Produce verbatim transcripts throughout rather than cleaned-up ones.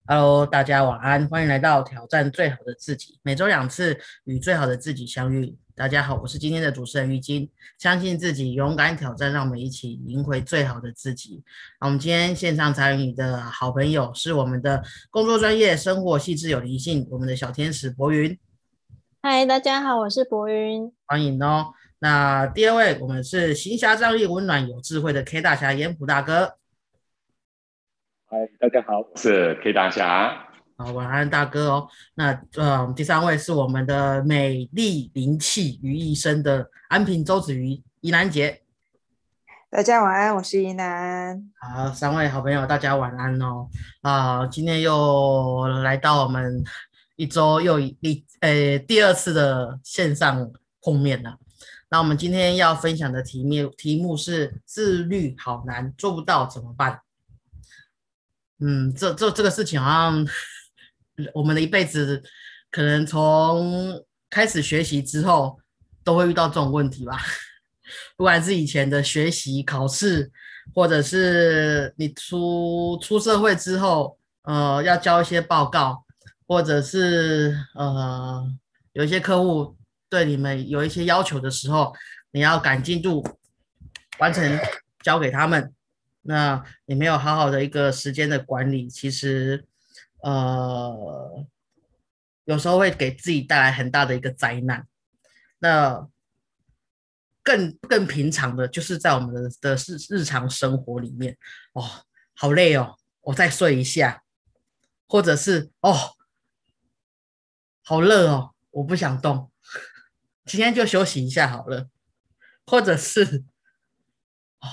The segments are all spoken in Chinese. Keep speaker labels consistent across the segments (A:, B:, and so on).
A: Hello，大家晚安，欢迎来到挑战最好的自己，每周两次与最好的自己相遇。大家好，我是今天的主持人玉金，相信自己，勇敢挑战，让我们一起赢回最好的自己。那我们今天线上参与的好朋友是我们的工作专业、生活细致有灵性，我们的小天使博云，
B: 嗨，大家好，我是博云。
A: 欢迎哦。那第二位，我们是行侠仗义、温暖有智慧的 K 大侠严普大哥。
C: 嗨，大家好，我是 K 大侠。
A: 好，晚安大哥哦。那呃，第三位是我们的美丽灵气于一身的安平周子瑜宜兰姐。
D: 大家晚安，我是怡南。
A: 好，三位好朋友，大家晚安哦。啊、今天又来到我们一周又一一呃第二次的线上碰面了。那我们今天要分享的题目题目是自律好难，做不到怎么办？嗯，这这这个事情好像我们的一辈子，可能从开始学习之后，都会遇到这种问题吧。不管是以前的学习、考试，或者是你出出社会之后，呃，要交一些报告，或者是呃，有一些客户对你们有一些要求的时候，你要赶进度完成交给他们。那你没有好好的一个时间的管理，其实呃有时候会给自己带来很大的一个灾难。那更更平常的，就是在我们的的日日常生活里面，哦，好累哦，我再睡一下，或者是哦，好热哦，我不想动，今天就休息一下好了，或者是哦，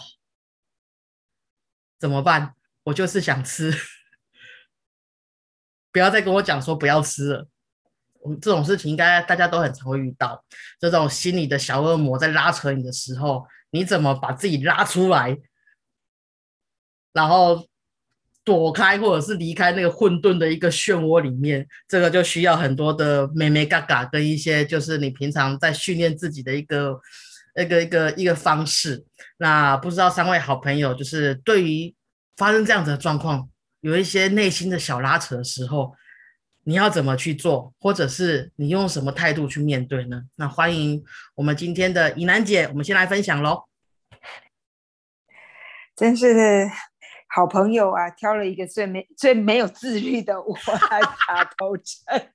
A: 怎么办？我就是想吃，不要再跟我讲说不要吃了。这种事情应该大家都很常会遇到，这种心里的小恶魔在拉扯你的时候，你怎么把自己拉出来，然后躲开或者是离开那个混沌的一个漩涡里面？这个就需要很多的妹妹嘎嘎跟一些就是你平常在训练自己的一个一个一个一个方式。那不知道三位好朋友就是对于发生这样子的状况，有一些内心的小拉扯的时候，你要怎么去做，或者是你用什么态度去面对呢？那欢迎我们今天的怡南姐，我们先来分享喽。
D: 真是好朋友啊，挑了一个最没最没有自律的我来打头阵。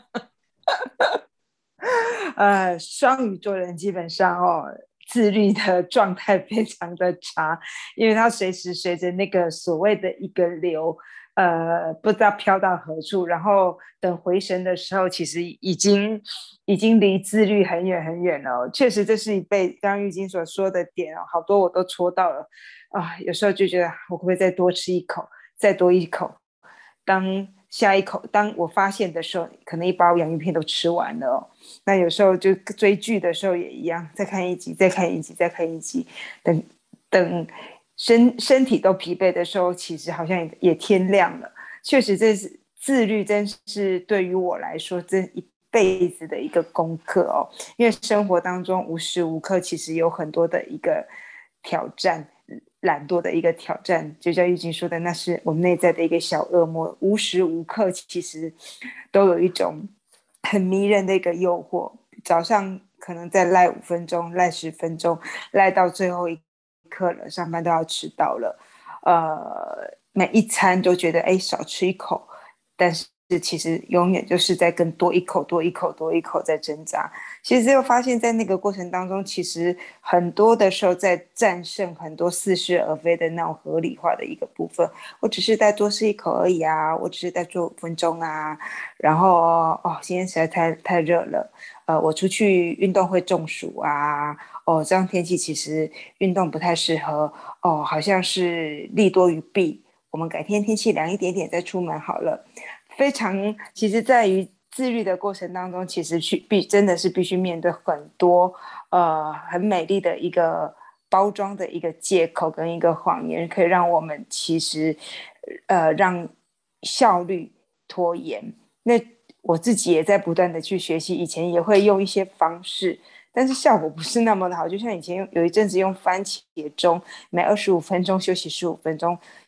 D: 呃，双鱼座人基本上哦，自律的状态非常的差，因为他随时随着那个所谓的一个流，呃，不知道飘到何处，然后等回神的时候，其实已经已经离自律很远很远了哦。确实，这是一辈刚刚玉晶所说的点哦，好多我都戳到了啊。有时候就觉得我可不可以再多吃一口，再多一口？当下一口，当我发现的时候，可能一包洋芋片都吃完了哦。那有时候就追剧的时候也一样，再看一集，再看一集，再看一集，等等身身体都疲惫的时候，其实好像也也天亮了。确实，这是自律，真是对于我来说，这一辈子的一个功课哦。因为生活当中无时无刻其实有很多的一个挑战，懒惰的一个挑战，就像玉静说的，那是我们内在的一个小恶魔，无时无刻其实都有一种很迷人的一个诱惑。早上可能再赖五分钟，赖十分钟，赖到最后一刻了，上班都要迟到了，呃，每一餐都觉得哎少吃一口，但是其实永远就是在跟多一口、多一口、多一口在挣扎。其实又发现，在那个过程当中，其实很多的时候在战胜很多似是而非的那种合理化的一个部分。我只是再多吃一口而已啊，我只是再做五分钟啊。然后哦，今天实在太太热了，呃，我出去运动会中暑啊。哦，这样天气其实运动不太适合。哦，好像是利多于弊。我们改天天气凉一点点再出门好了。非常，其实在于自律的过程当中，其实去必真的是必须面对很多呃很美丽的一个包装的一个借口跟一个谎言，可以让我们其实呃让效率拖延。那我自己也在不断的去学习，以前也会用一些方式，但是效果不是那么的好。就像以前有一阵子用番茄钟，每二十五分钟休息十五分钟，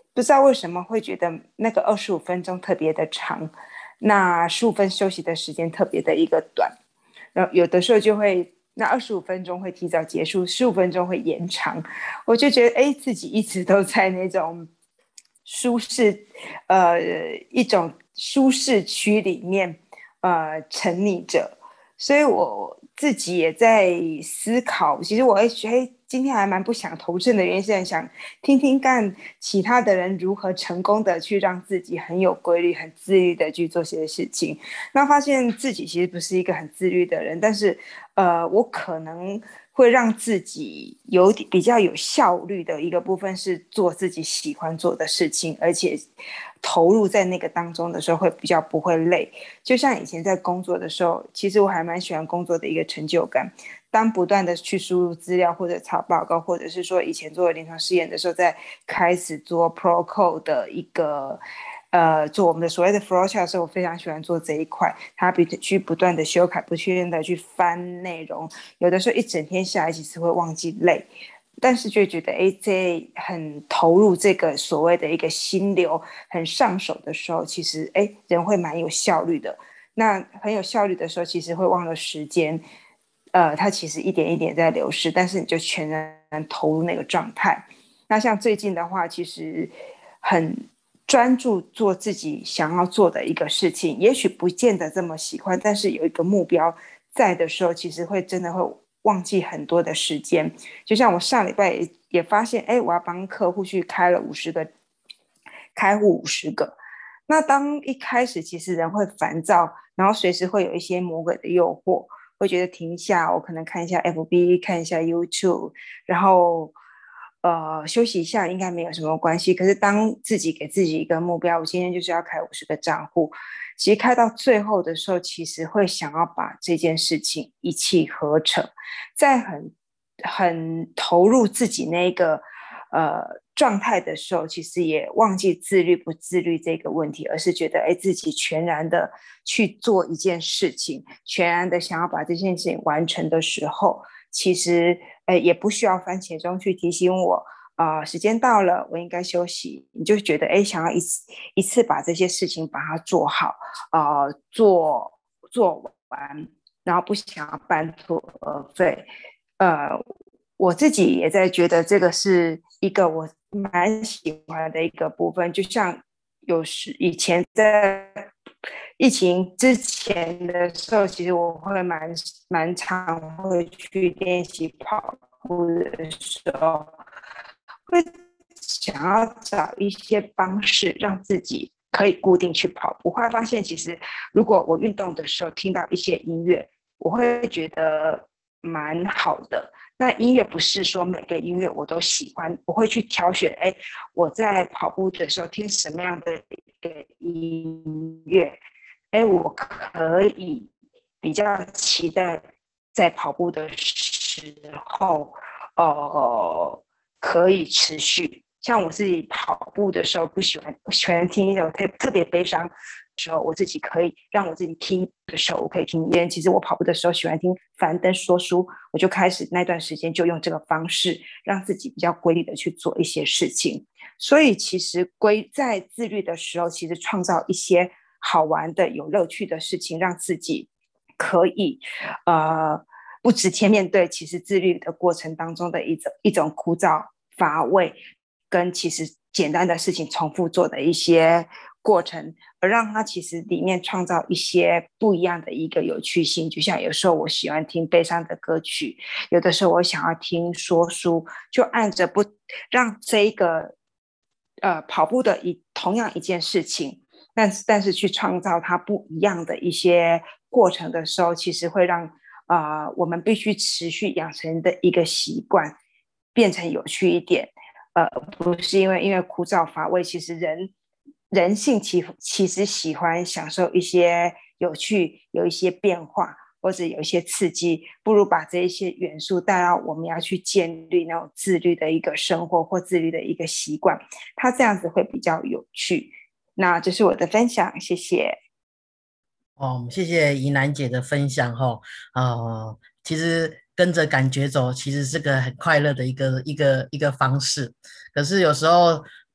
D: 不知道为什么会觉得那个二十五分钟特别的长，那十五分休息的时间特别的一个短，然后有的时候就会那二十五分钟会提早结束，十五分钟会延长，我就觉得哎，自己一直都在那种舒适呃一种舒适区里面呃沉溺着，所以我自己也在思考，其实我会觉得今天还蛮不想投证的原因是很想听听看其他的人如何成功的去让自己很有规律很自律的去做些事情，那发现自己其实不是一个很自律的人，但是呃我可能会让自己有比较有效率的一个部分是做自己喜欢做的事情，而且投入在那个当中的时候会比较不会累。就像以前在工作的时候，其实我还蛮喜欢工作的一个成就感。当不断的去输入资料或者查报告，或者是说以前做临床试验的时候，在开始做 Protocol 的一个呃，做我们的所谓的 flow chart 的时候，我非常喜欢做这一块，它必须不断的修改，不断的去翻内容，有的时候一整天下来其实会忘记累，但是就觉得哎，这很投入这个所谓的一个心流，很上手的时候，其实哎，人会蛮有效率的。那很有效率的时候，其实会忘了时间，呃，它其实一点一点在流逝，但是你就全然投入那个状态。那像最近的话，其实很专注做自己想要做的一个事情，也许不见得这么喜欢，但是有一个目标在的时候，其实会真的会忘记很多的时间。就像我上礼拜 也, 也发现，哎，我要帮客户去开了五十个开户五十个。那当一开始其实人会烦躁，然后随时会有一些魔鬼的诱惑，会觉得停下，我可能看一下 F B， 看一下 YouTube， 然后呃休息一下应该没有什么关系。可是当自己给自己一个目标，我今天就是要开五十个账户，其实开到最后的时候，其实会想要把这件事情一气呵成，在很很投入自己那个呃状态的时候，其实也忘记自律不自律这个问题，而是觉得哎自己全然的去做一件事情，全然的想要把这件事情完成的时候，其实哎也不需要番茄钟去提醒我。啊、呃，时间到了，我应该休息。你就觉得，哎，想要一次一次把这些事情把它做好，呃，做做完，然后不想要半途而废。呃，我自己也在觉得这个是一个我蛮喜欢的一个部分，就像有时以前在疫情之前的时候，其实我会蛮蛮常会去练习跑步的时候，会想要找一些方式让自己可以固定去跑步。后来发现，其实如果我运动的时候听到一些音乐，我会觉得蛮好的。那音乐不是说每个音乐我都喜欢，我会去挑选，哎，我在跑步的时候听什么样的一个音乐，哎，我可以比较期待在跑步的时候，呃，可以持续。像我自己跑步的时候，不喜欢不喜欢听一种特特别悲伤的时候，我自己可以让我自己听的时候，我可以听。因为其实我跑步的时候喜欢听樊登说书，我就开始那段时间就用这个方式，让自己比较规律的去做一些事情。所以其实规在自律的时候，其实创造一些好玩的、有乐趣的事情，让自己可以呃不直接面对其实自律的过程当中的一种一种枯燥乏味。跟其实简单的事情重复做的一些过程，而让它其实里面创造一些不一样的一个有趣性。就像有时候我喜欢听悲伤的歌曲，有的时候我想要听说书，就按着不让这一个呃跑步的一同样一件事情，但是但是去创造它不一样的一些过程的时候，其实会让啊、呃、我们必须持续养成的一个习惯变成有趣一点。呃，不是因为因为枯燥乏味，其实人人性其其实喜欢享受一些有趣，有一些变化，或者有一些刺激，不如把这一些元素带到我们要去建立那种自律的一个生活或自律的一个习惯，它这样子会比较有趣。那这是我的分享，谢谢。
A: 哦，谢谢宜兰姐的分享哈。呃，其实跟着感觉走，其实是个很快乐的一个一个一个方式。可是有时候，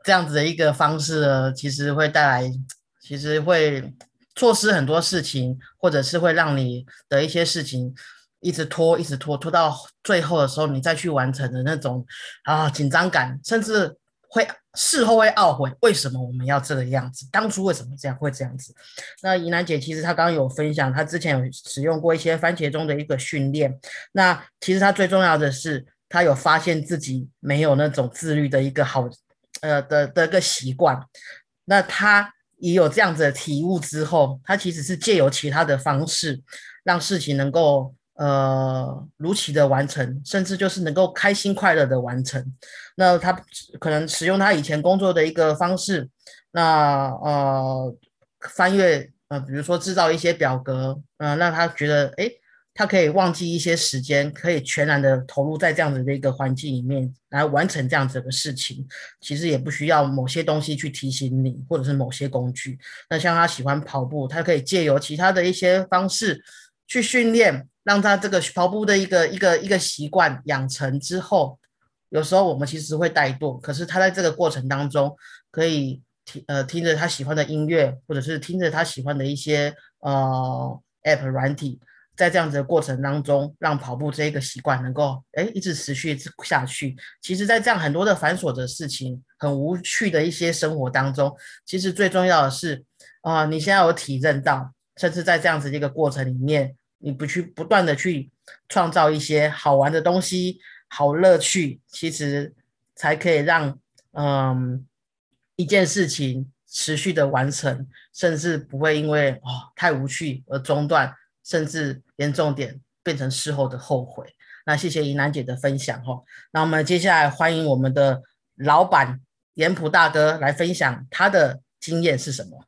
A: 这样子的一个方式呢，其实会带来，其实会错失很多事情，或者是会让你的一些事情一直拖，一直拖，拖到最后的时候，你再去完成的那种啊紧张感，甚至会事后会懊悔，为什么我们要这个样子？当初为什么这样会这样子？那怡楠姐其实她刚刚有分享，她之前有使用过一些番茄钟的一个训练。那其实她最重要的是，她有发现自己没有那种自律的一个好呃的的一个习惯。那她也有这样子的体悟之后，她其实是借由其他的方式，让事情能够呃如期的完成，甚至就是能够开心快乐的完成。那他可能使用他以前工作的一个方式，那呃翻阅呃比如说制造一些表格，呃让他觉得诶他可以忘记一些时间，可以全然的投入在这样子的一个环境里面来完成这样子的事情。其实也不需要某些东西去提醒你，或者是某些工具。那像他喜欢跑步，他可以借由其他的一些方式去训练，让他这个跑步的一个一个一个习惯养成之后，有时候我们其实会怠惰，可是他在这个过程当中可以听呃听着他喜欢的音乐，或者是听着他喜欢的一些呃 app 软体，在这样子的过程当中，让跑步这一个习惯能够哎一直持续下去。其实，在这样很多的繁琐的事情、很无趣的一些生活当中，其实最重要的是啊、呃，你现在有体认到，甚至在这样子的一个过程里面，你不去不断的去创造一些好玩的东西。好乐趣，其实才可以让嗯一件事情持续的完成，甚至不会因为哦太无趣而中断，甚至严重点变成事后的后悔。那谢谢怡楠姐的分享哦。那我们接下来欢迎我们的老板严普大哥来分享他的经验是什么。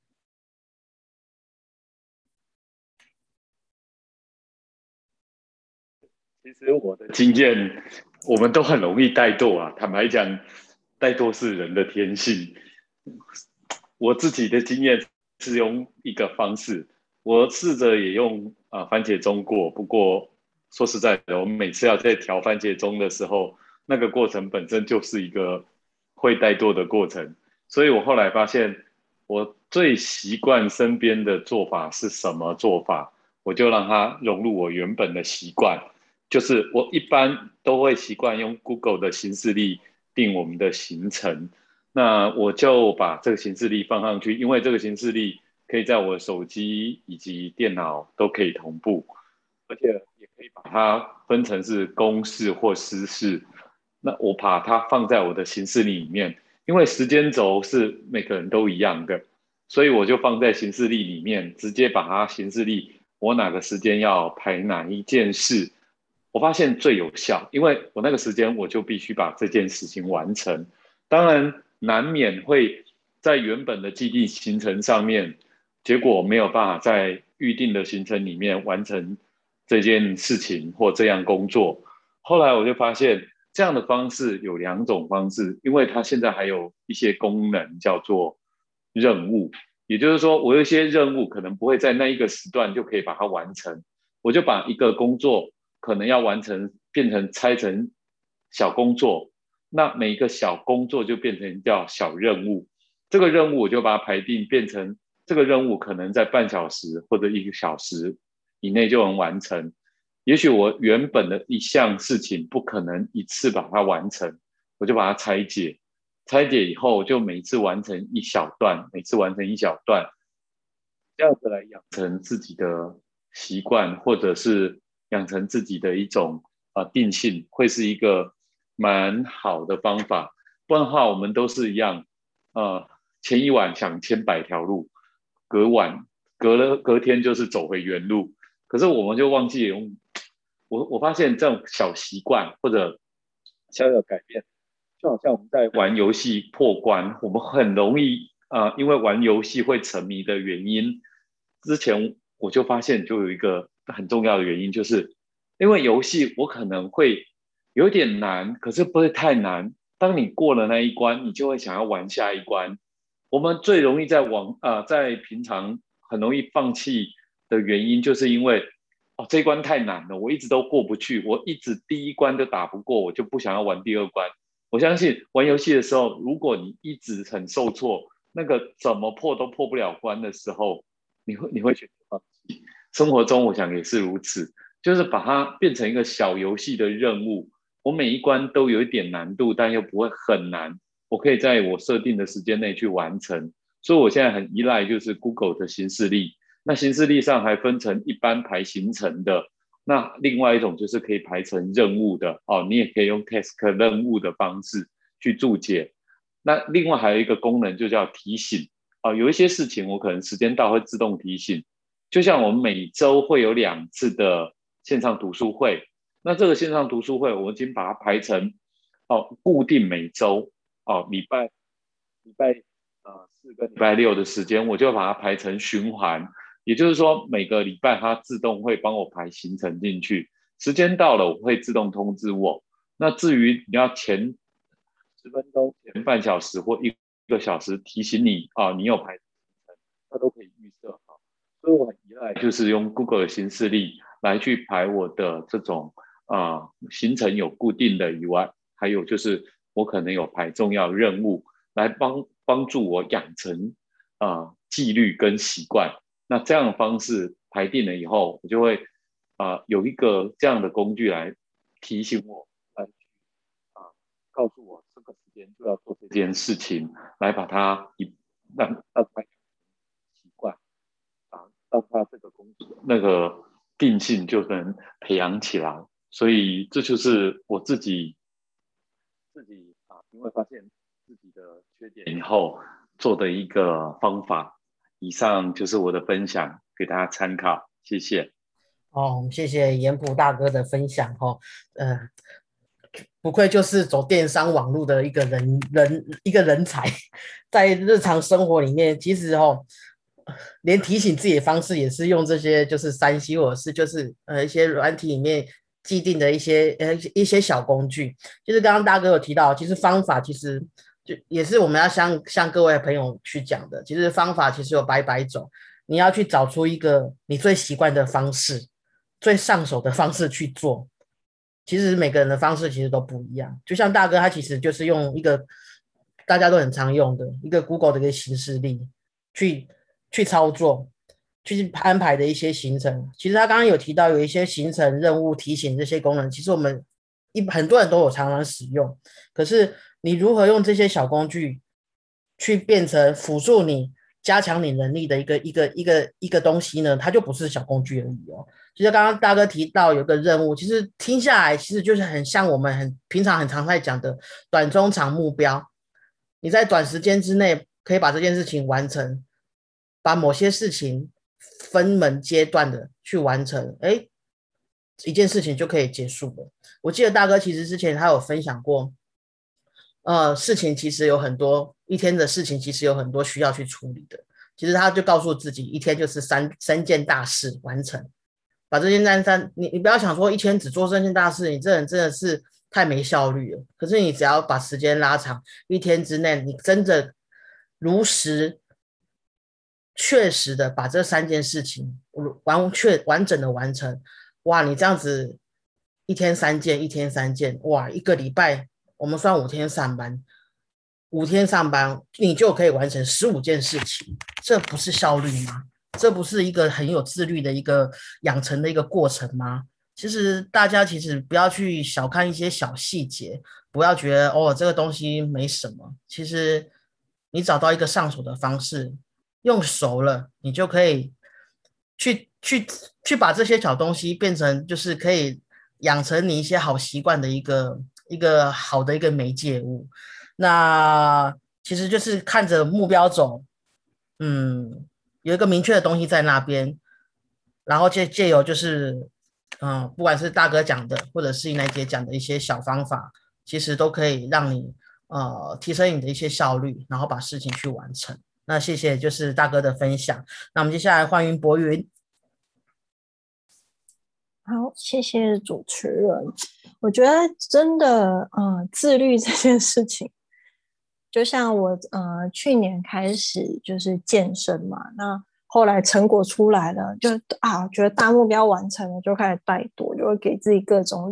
C: 其实我的经验，我们都很容易怠惰啊。坦白讲，怠惰是人的天性。我自己的经验是用一个方式，我试着也用啊、呃、番茄钟过。不过说实在的，我每次要在调番茄钟的时候，那个过程本身就是一个会怠惰的过程。所以我后来发现，我最习惯身边的做法是什么做法，我就让它融入我原本的习惯。就是我一般都会习惯用 Google 的行事历定我们的行程，那我就把这个行事历放上去，因为这个行事历可以在我的手机以及电脑都可以同步，而且也可以把它分成是公事或私事。那我把它放在我的行事历里面，因为时间轴是每个人都一样的，所以我就放在行事历里面，直接把它行事历我哪个时间要排哪一件事。我发现最有效，因为我那个时间我就必须把这件事情完成。当然，难免会在原本的既定行程上面，结果没有办法在预定的行程里面完成这件事情或这样工作。后来我就发现，这样的方式有两种方式，因为它现在还有一些功能叫做任务，也就是说，我有一些任务可能不会在那一个时段就可以把它完成，我就把一个工作可能要完成，变成拆成小工作，那每一个小工作就变成叫小任务。这个任务我就把它排定，变成这个任务可能在半小时或者一个小时以内就能完成。也许我原本的一项事情不可能一次把它完成，我就把它拆解。拆解以后，就每次完成一小段，每次完成一小段，这样子来养成自己的习惯，或者是养成自己的一种啊、呃、定性，会是一个蛮好的方法。不然的话，我们都是一样，呃，前一晚想千百条路，隔晚隔了隔天就是走回原路。可是我们就忘记用，我我发现这种小习惯或者小小的改变，就好像我们在玩游戏破关，我们很容易啊、呃，因为玩游戏会沉迷的原因，之前我就发现就有一个很重要的原因，就是因为游戏我可能会有点难，可是不会太难。当你过了那一关，你就会想要玩下一关。我们最容易在网啊、呃，在平常很容易放弃的原因，就是因为哦这一关太难了，我一直都过不去，我一直第一关都打不过，我就不想要玩第二关。 我相信玩游戏的时候，如果你一直很受挫，那个怎么破都破不了关的时候，你会你会选择放弃。生活中我想也是如此，就是把它变成一个小游戏的任务，我每一关都有一点难度，但又不会很难，我可以在我设定的时间内去完成。所以我现在很依赖就是 Google 的行事历，那行事历上还分成一般排行程的，那另外一种就是可以排成任务的哦，你也可以用 task 任务的方式去注解。那另外还有一个功能就叫提醒哦，有一些事情我可能时间到会自动提醒，就像我们每周会有两次的线上读书会，那这个线上读书会我已经把它排成哦，固定每周哦，礼拜礼拜呃四跟礼拜六的时间，我就把它排成循环，也就是说每个礼拜它自动会帮我排行程进去，时间到了我会自动通知我。那至于你要前十分钟、前半小时或一个小时提醒你啊，你有排行程，它都可以预设好。所以我很依赖就是用 Google 的行事历来去排我的这种啊、呃、行程有固定的以外，还有就是我可能有排重要任务来帮帮助我养成啊、呃、纪律跟习惯。那这样的方式排定了以后，我就会啊、呃、有一个这样的工具来提醒我，来啊、呃、告诉我这个时间就要做这件事情，来把它一让让它习惯啊，让它这个工作那个定性就能培养起来。所以这就是我自己自己啊，因为发现自己的缺点以后做的一个方法。以上就是我的分享，给大家参考，谢谢。
A: 哦，谢谢严普大哥的分享哦，呃，不愧就是走电商网络的一个人人一个人才，在日常生活里面，其实哦，连提醒自己的方式也是用这些就是三 C 或者是就是呃一些软体里面既定的一些呃一些小工具，就是刚刚大哥有提到，其实方法其实就也是我们要向向各位朋友去讲的，其实方法其实有百百种，你要去找出一个你最习惯的方式。最上手的方式去做，其实每个人的方式其实都不一样。就像大哥他其实就是用一个大家都很常用的一个 Google 的一个行事历去去操作，去安排的一些行程。其实他刚刚有提到有一些行程任务提醒这些功能，其实我们一很多人都有常常使用。可是你如何用这些小工具去变成辅助你加强你能力的一个一个一个一个东西呢？它就不是小工具而已哦。其实刚刚大哥提到有个任务，其实听下来其实就是很像我们很平常很常在讲的短中长目标。你在短时间之内可以把这件事情完成，把某些事情分门阶段的去完成，哎，一件事情就可以结束了。我记得大哥其实之前他有分享过，呃，事情其实有很多，一天的事情其实有很多需要去处理的。其实他就告诉自己，一天就是三三件大事完成。把这件单单，你你不要想说一天只做这件大事，你这人真的是太没效率了。可是你只要把时间拉长，一天之内你真的如实、确实的把这三件事情完确完整的完成，哇，你这样子一天三件，一天三件，哇，一个礼拜我们算五天上班，五天上班你就可以完成十五件事情，这不是效率吗？这不是一个很有自律的一个养成的一个过程吗？其实大家其实不要去小看一些小细节，不要觉得哦这个东西没什么。其实你找到一个上手的方式，用熟了，你就可以去去去把这些小东西变成就是可以养成你一些好习惯的一个一个好的一个媒介物。那其实就是看着目标走，嗯。有一个明确的东西在那边，然后借借由就是，嗯、呃，不管是大哥讲的，或者是奶姐讲的一些小方法，其实都可以让你呃提升你的一些效率，然后把事情去完成。那谢谢就是大哥的分享。那我们接下来欢迎博云。
B: 好，谢谢主持人。我觉得真的，呃，自律这件事情。就像我呃去年开始就是健身嘛，那后来成果出来了，就啊觉得大目标完成了，就开始怠惰，就会给自己各种理由，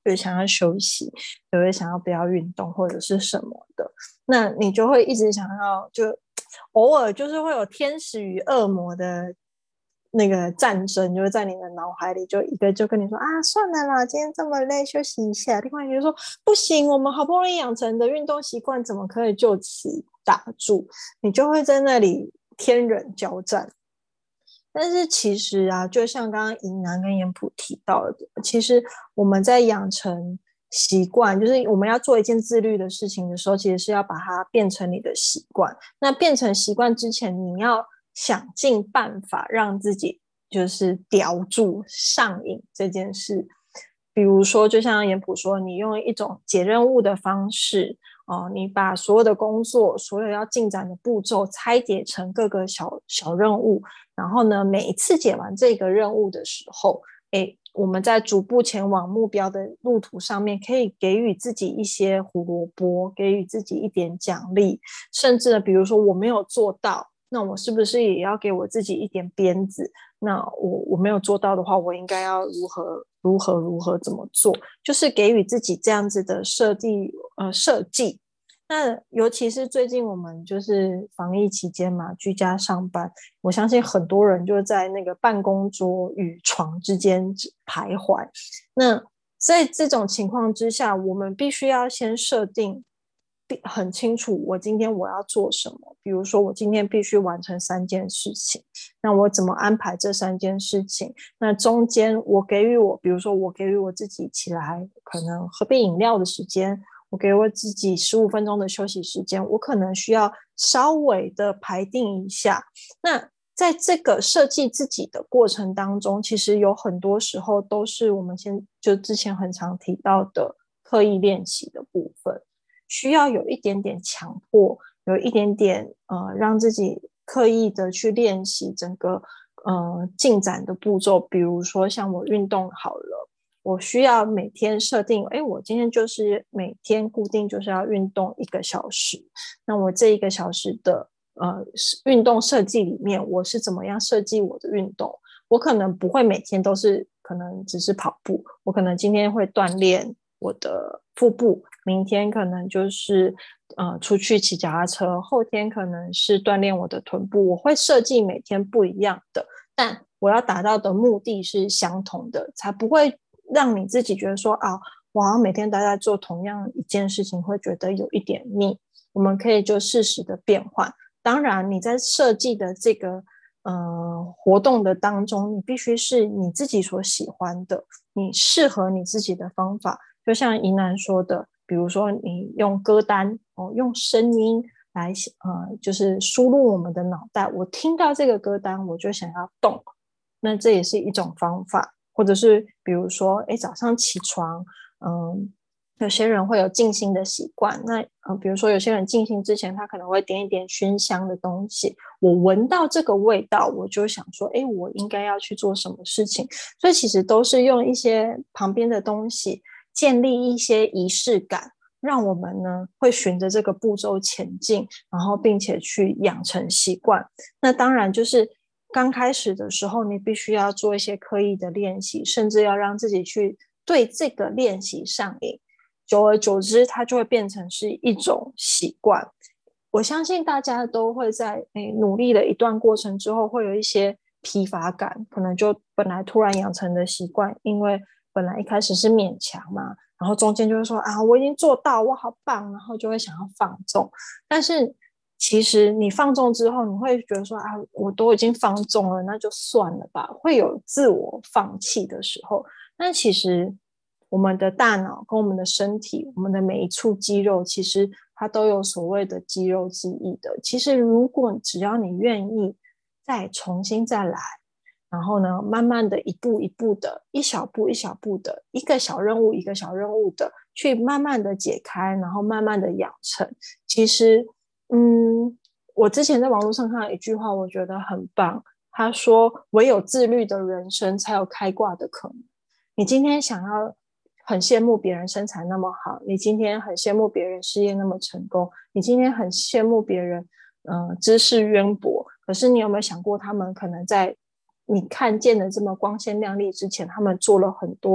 B: 越想要休息，就会想要不要运动或者是什么的，那你就会一直想要，就偶尔就是会有天使与恶魔的那个战争，就是在你的脑海里，就一个就跟你说啊，算了啦，今天这么累，休息一下。另外一个就说不行，我们好不容易养成的运动习惯，怎么可以就此打住？你就会在那里天人交战。但是其实啊，就像刚刚尹南跟严普提到的，其实我们在养成习惯，就是我们要做一件自律的事情的时候，其实是要把它变成你的习惯。那变成习惯之前，你要想尽办法让自己就是叼住上瘾这件事。比如说就像严普说，你用一种解任务的方式、呃、你把所有的工作，所有要进展的步骤拆解成各个小小任务，然后呢每一次解完这个任务的时候，诶我们在逐步前往目标的路途上面，可以给予自己一些胡萝卜，给予自己一点奖励，甚至比如说我没有做到，那我是不是也要给我自己一点鞭子？那我我没有做到的话，我应该要如何如何如何怎么做？就是给予自己这样子的设计呃设计。那尤其是最近我们就是防疫期间嘛，居家上班，我相信很多人就在那个办公桌与床之间徘徊。那在这种情况之下，我们必须要先设定很清楚我今天我要做什么。比如说我今天必须完成三件事情，那我怎么安排这三件事情？那中间我给予我比如说我给予我自己起来可能喝杯饮料的时间，我给我自己十五分钟的休息时间，我可能需要稍微的排定一下。那在这个设计自己的过程当中，其实有很多时候都是我们先就之前很常提到的刻意练习的部分，需要有一点点强迫，有一点点呃让自己刻意的去练习整个呃进展的步骤。比如说像我运动好了，我需要每天设定，哎，我今天就是每天固定就是要运动一个小时。那我这一个小时的呃运动设计里面，我是怎么样设计我的运动？我可能不会每天都是可能只是跑步，我可能今天会锻炼我的腹部，明天可能就是呃出去骑脚踏车，后天可能是锻炼我的臀部。我会设计每天不一样的，但我要达到的目的是相同的，才不会让你自己觉得说啊，我好像每天待在做同样一件事情会觉得有一点腻。我们可以就适时的变换。当然你在设计的这个呃活动的当中，你必须是你自己所喜欢的，你适合你自己的方法。就像宜南说的，比如说你用歌单、哦、用声音来呃，就是输入我们的脑袋，我听到这个歌单我就想要动，那这也是一种方法。或者是比如说诶早上起床，嗯，有些人会有静心的习惯，那、呃、比如说有些人静心之前他可能会点一点熏香的东西，我闻到这个味道我就想说诶我应该要去做什么事情。所以其实都是用一些旁边的东西建立一些仪式感，让我们呢会循着这个步骤前进，然后并且去养成习惯。那当然就是刚开始的时候你必须要做一些刻意的练习，甚至要让自己去对这个练习上瘾，久而久之它就会变成是一种习惯。我相信大家都会在努力的一段过程之后会有一些疲乏感，可能就本来突然养成的习惯，因为本来一开始是勉强嘛，然后中间就会说啊我已经做到我好棒，然后就会想要放纵。但是其实你放纵之后你会觉得说啊我都已经放纵了，那就算了吧，会有自我放弃的时候。但其实我们的大脑跟我们的身体，我们的每一处肌肉其实它都有所谓的肌肉记忆的。其实如果只要你愿意再重新再来，然后呢慢慢的一步一步的，一小步一小步的，一个小任务一个小任务的去慢慢的解开，然后慢慢的养成。其实嗯，我之前在网络上看到一句话我觉得很棒，他说唯有自律的人生才有开挂的可能。你今天想要很羡慕别人身材那么好，你今天很羡慕别人事业那么成功，你今天很羡慕别人呃知识渊博，可是你有没有想过他们可能在你看见的这么光鲜亮丽之前，他们做了很多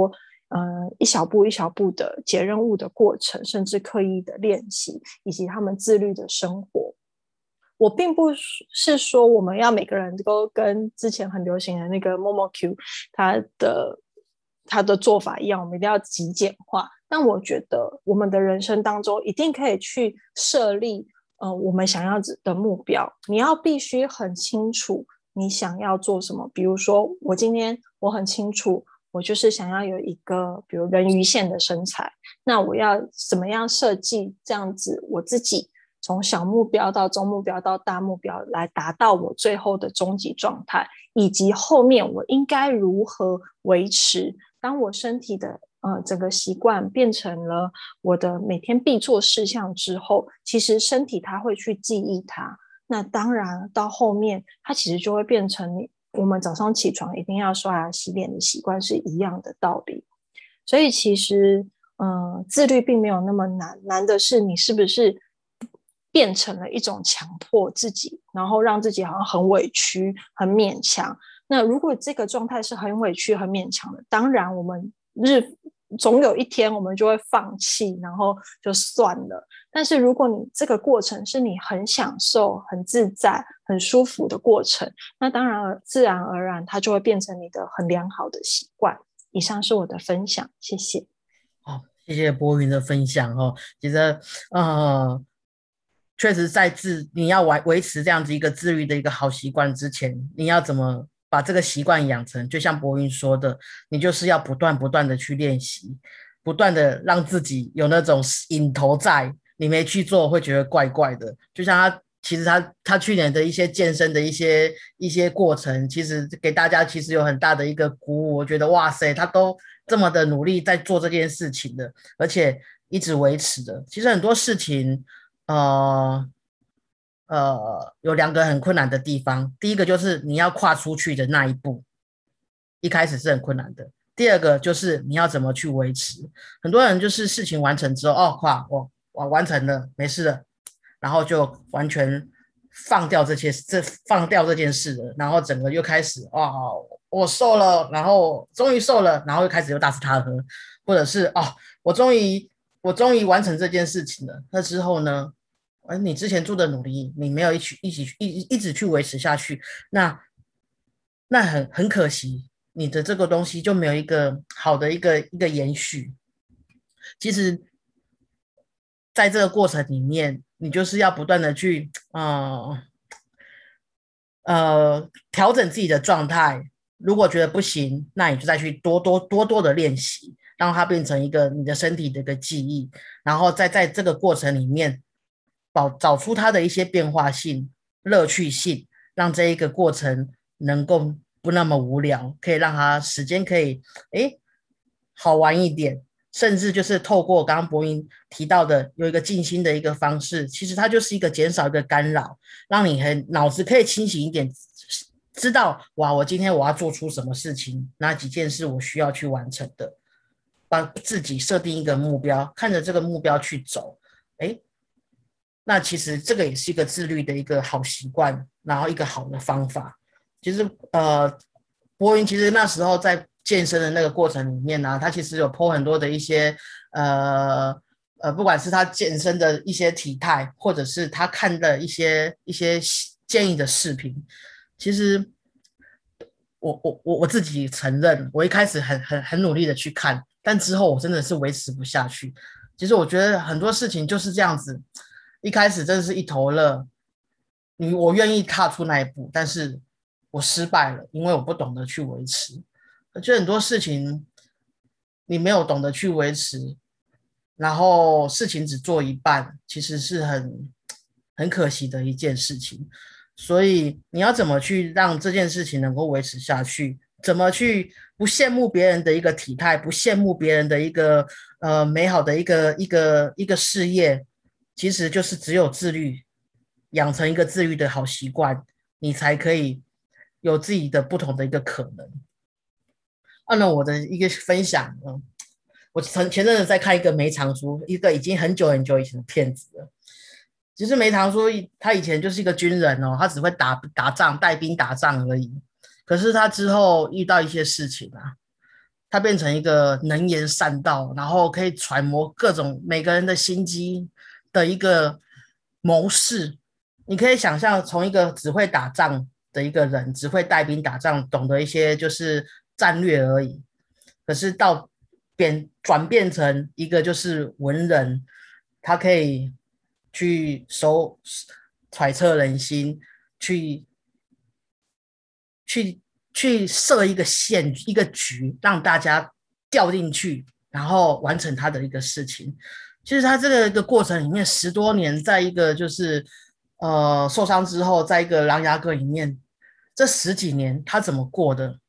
B: 呃，一小步一小步的解任务的过程，甚至刻意的练习，以及他们自律的生活。我并不是说我们要每个人都跟之前很流行的那个 MomoQ 他的他的做法一样，我们一定要极简化。但我觉得我们的人生当中一定可以去设立呃我们想要的目标。你要必须很清楚你想要做什么。比如说我今天我很清楚我就是想要有一个比如人鱼线的身材，那我要怎么样设计这样子我自己从小目标到中目标到大目标来达到我最后的终极状态，以及后面我应该如何维持。当我身体的呃整个习惯变成了我的每天必做事项之后，其实身体它会去记忆它。那当然到后面它其实就会变成我们早上起床一定要刷牙洗脸的习惯是一样的道理。所以其实呃自律并没有那么难，难的是你是不是变成了一种强迫自己，然后让自己好像很委屈很勉强。那如果这个状态是很委屈很勉强的，当然我们日总有一天我们就会放弃，然后就算了。但是如果你这个过程是你很享受很自在很舒服的过程，那当然自然而然它就会变成你的很良好的习惯。以上是我的分享，谢谢。
A: 好，谢谢柏云的分享哦。其实呃确实在自你要维持这样子一个自律的一个好习惯之前，你要怎么把这个习惯养成，就像柏云说的，你就是要不断不断的去练习，不断的让自己有那种瘾头在，你没去做会觉得怪怪的。就像他其实他他去年的一些健身的一些一些过程，其实给大家其实有很大的一个鼓舞。我觉得哇塞，他都这么的努力在做这件事情的，而且一直维持的。其实很多事情呃呃，有两个很困难的地方。第一个就是你要跨出去的那一步，一开始是很困难的。第二个就是你要怎么去维持。很多人就是事情完成之后，哦，跨我我完成了，没事了，然后就完全放掉这些这放掉这件事了，然后整个又开始哦，我瘦了，然后终于瘦了，然后又开始又大吃大喝，或者是哦，我终于我终于完成这件事情了，那之后呢？而你之前做的努力，你没有一起一起一一直去维持下去，那那很很可惜，你的这个东西就没有一个好的一个一个延续。其实，在这个过程里面，你就是要不断的去呃呃调整自己的状态。如果觉得不行，那你就再去多多多多的练习，让它变成一个你的身体的一个记忆，然后再在这个过程里面。找找出它的一些变化性、乐趣性，让这一个过程能够不那么无聊，可以让它时间可以诶好玩一点，甚至就是透过刚刚柏云提到的有一个静心的一个方式，其实它就是一个减少一个干扰，让你很脑子可以清醒一点，知道哇，我今天我要做出什么事情，哪几件事我需要去完成的，帮自己设定一个目标，看着这个目标去走，诶那其实这个也是一个自律的一个好习惯，然后一个好的方法。其实呃，柏云其实那时候在健身的那个过程里面呢、啊，他其实有 po 很多的一些呃呃，不管是他健身的一些体态，或者是他看的一些一些建议的视频。其实我我我我自己承认，我一开始很很很努力的去看，但之后我真的是维持不下去。其实我觉得很多事情就是这样子。一开始真的是一头热，你我愿意踏出那一步，但是我失败了，因为我不懂得去维持。我觉得很多事情你没有懂得去维持，然后事情只做一半，其实是很很可惜的一件事情。所以你要怎么去让这件事情能够维持下去？怎么去不羡慕别人的一个体态，不羡慕别人的一个呃美好的一个一个一个事业？其实就是只有自律，养成一个自律的好习惯，你才可以有自己的不同的一个可能。按照我的一个分享，嗯，我前前阵子在看一个梅长苏，一个已经很久很久以前的片子了。其实梅长苏他以前就是一个军人哦，他只会打打仗、带兵打仗而已。可是他之后遇到一些事情啊， 他变成一个能言善道，然后可以揣摩各种每个人的心机的一个谋士。你可以想象，从一个只会打仗的一个人，只会带兵打仗，懂得一些就是战略而已，可是到变转变成一个就是文人，他可以去收揣测人心，去去去设一个线一个局，让大家掉进去，然后完成他的一个事情。其实他这个一个过程里面十多年，在一个就是呃受伤之后，在一个琅琊阁里面，这十几年他怎么过的？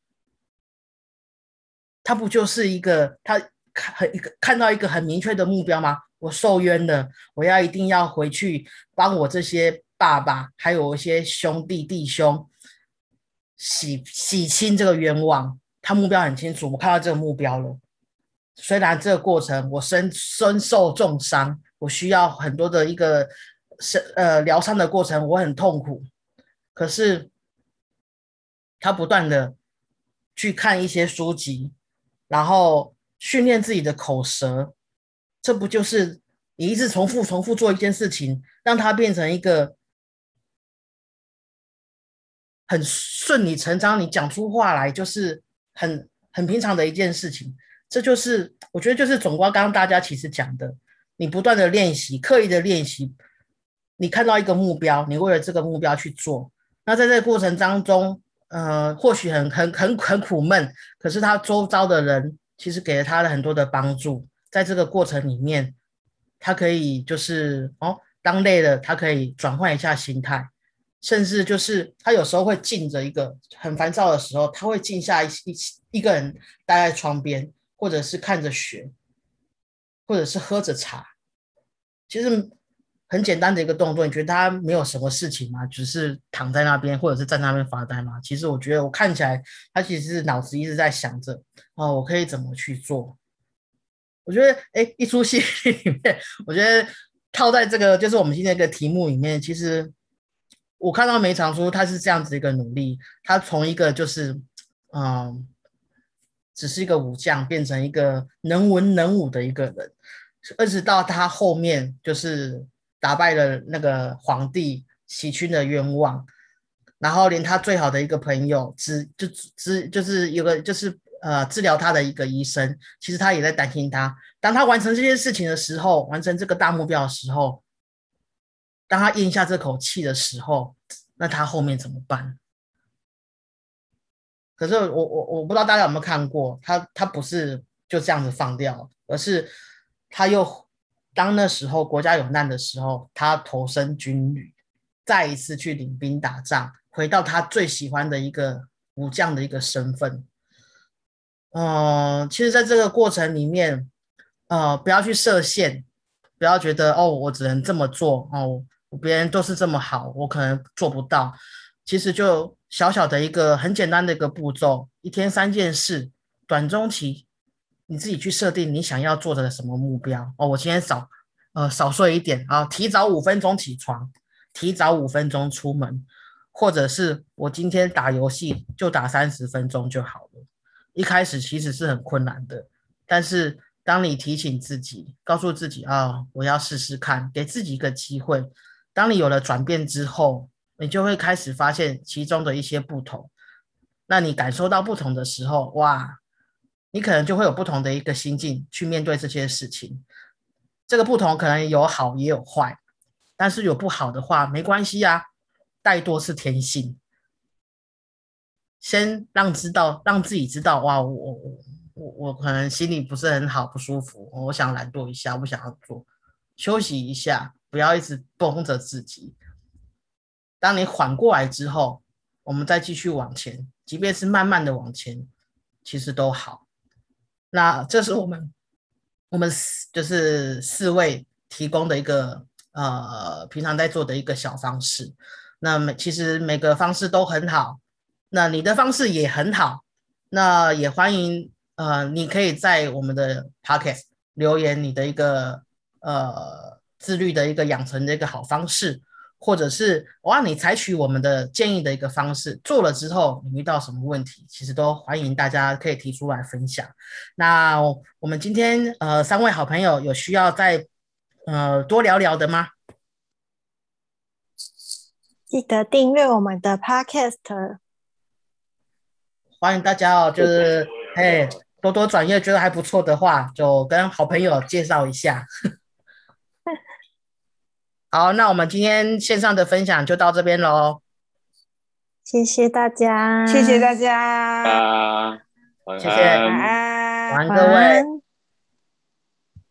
A: 他不就是一个他很看到一个很明确的目标吗？我受冤了，我要一定要回去帮我这些爸爸还有一些兄弟弟兄洗洗清这个冤枉。他目标很清楚，我看到这个目标了。虽然这个过程我身身受重伤，我需要很多的一个呃疗伤的过程，我很痛苦，可是他不断的去看一些书籍，然后训练自己的口舌，这不就是你一直重复重复做一件事情，让它变成一个很顺理成章，你讲出话来就是很很平常的一件事情。这就是我觉得就是总括刚刚大家其实讲的，你不断的练习，刻意的练习，你看到一个目标，你为了这个目标去做，那在这个过程当中呃，或许很很很很苦闷，可是他周遭的人其实给了他了很多的帮助。在这个过程里面，他可以就是哦，当累了，他可以转换一下心态，甚至就是他有时候会静着一个很烦躁的时候，他会静下一一一个人待在窗边，或者是看着雪，或者是喝着茶。其实很简单的一个动作，你觉得他没有什么事情吗？只是躺在那边或者是站在那边发呆吗？其实我觉得我看起来他其实是脑子一直在想着哦，我可以怎么去做。我觉得哎，一出戏里面我觉得套在这个就是我们今天这个题目里面，其实我看到梅长苏他是这样子一个努力，他从一个就是嗯，只是一个武将变成一个能文能武的一个人，一直到他后面就是打败了那个皇帝，洗清了冤枉，然后连他最好的一个朋友治就治就是有个就是呃治疗他的一个医生，其实他也在担心他。当他完成这件事情的时候，完成这个大目标的时候，当他咽下这口气的时候，那他后面怎么办？可是我我我不知道大家有没有看过，他他不是就这样子放掉，而是他又当那时候国家有难的时候，他投身军旅，再一次去领兵打仗，回到他最喜欢的一个武将的一个身份。呃，其实在这个过程里面，呃，不要去设限，不要觉得哦，我只能这么做哦，别人都是这么好，我可能做不到。其实就小小的一个很简单的一个步骤，一天三件事，短中期你自己去设定你想要做的什么目标哦。我今天少呃少睡一点啊，提早五分钟起床，提早五分钟出门，或者是我今天打游戏就打三十分钟就好了。一开始其实是很困难的，但是当你提醒自己，告诉自己啊，我要试试看，给自己一个机会。当你有了转变之后，你就会开始发现其中的一些不同。那你感受到不同的时候，哇，你可能就会有不同的一个心境去面对这些事情。这个不同可能有好也有坏，但是有不好的话没关系啊，怠惰是天性。先让知道，让自己知道，哇，我我我我可能心里不是很好，不舒服，我想懒惰一下，不想要做，休息一下，不要一直绷着自己。当你缓过来之后，我们再继续往前，即便是慢慢的往前，其实都好。那这是我们我们就是四位提供的一个呃平常在做的一个小方式。那么其实每个方式都很好。那你的方式也很好，那也欢迎呃，你可以在我们的 podcast 留言你的一个呃自律的一个养成的一个好方式， 或者是哇，你采取我们的建议的一个方式做了之后，你遇到什么问题，其实都欢迎大家可以提出来分享。那我们今天呃三位好朋友有需要再呃多聊聊的吗？
B: 记得订阅我们的 Podcast。
A: 欢迎大家哦，就是哎多多转阅，觉得还不错的话，就跟好朋友介绍一下。好，那我们今天线上的分享就到这边咯。
B: 谢谢大家，
D: 谢谢大家，
C: 啊，晚
A: 谢谢
C: 安。
D: 晚安，
A: 晚安各
B: 晚
A: 位。
B: 安。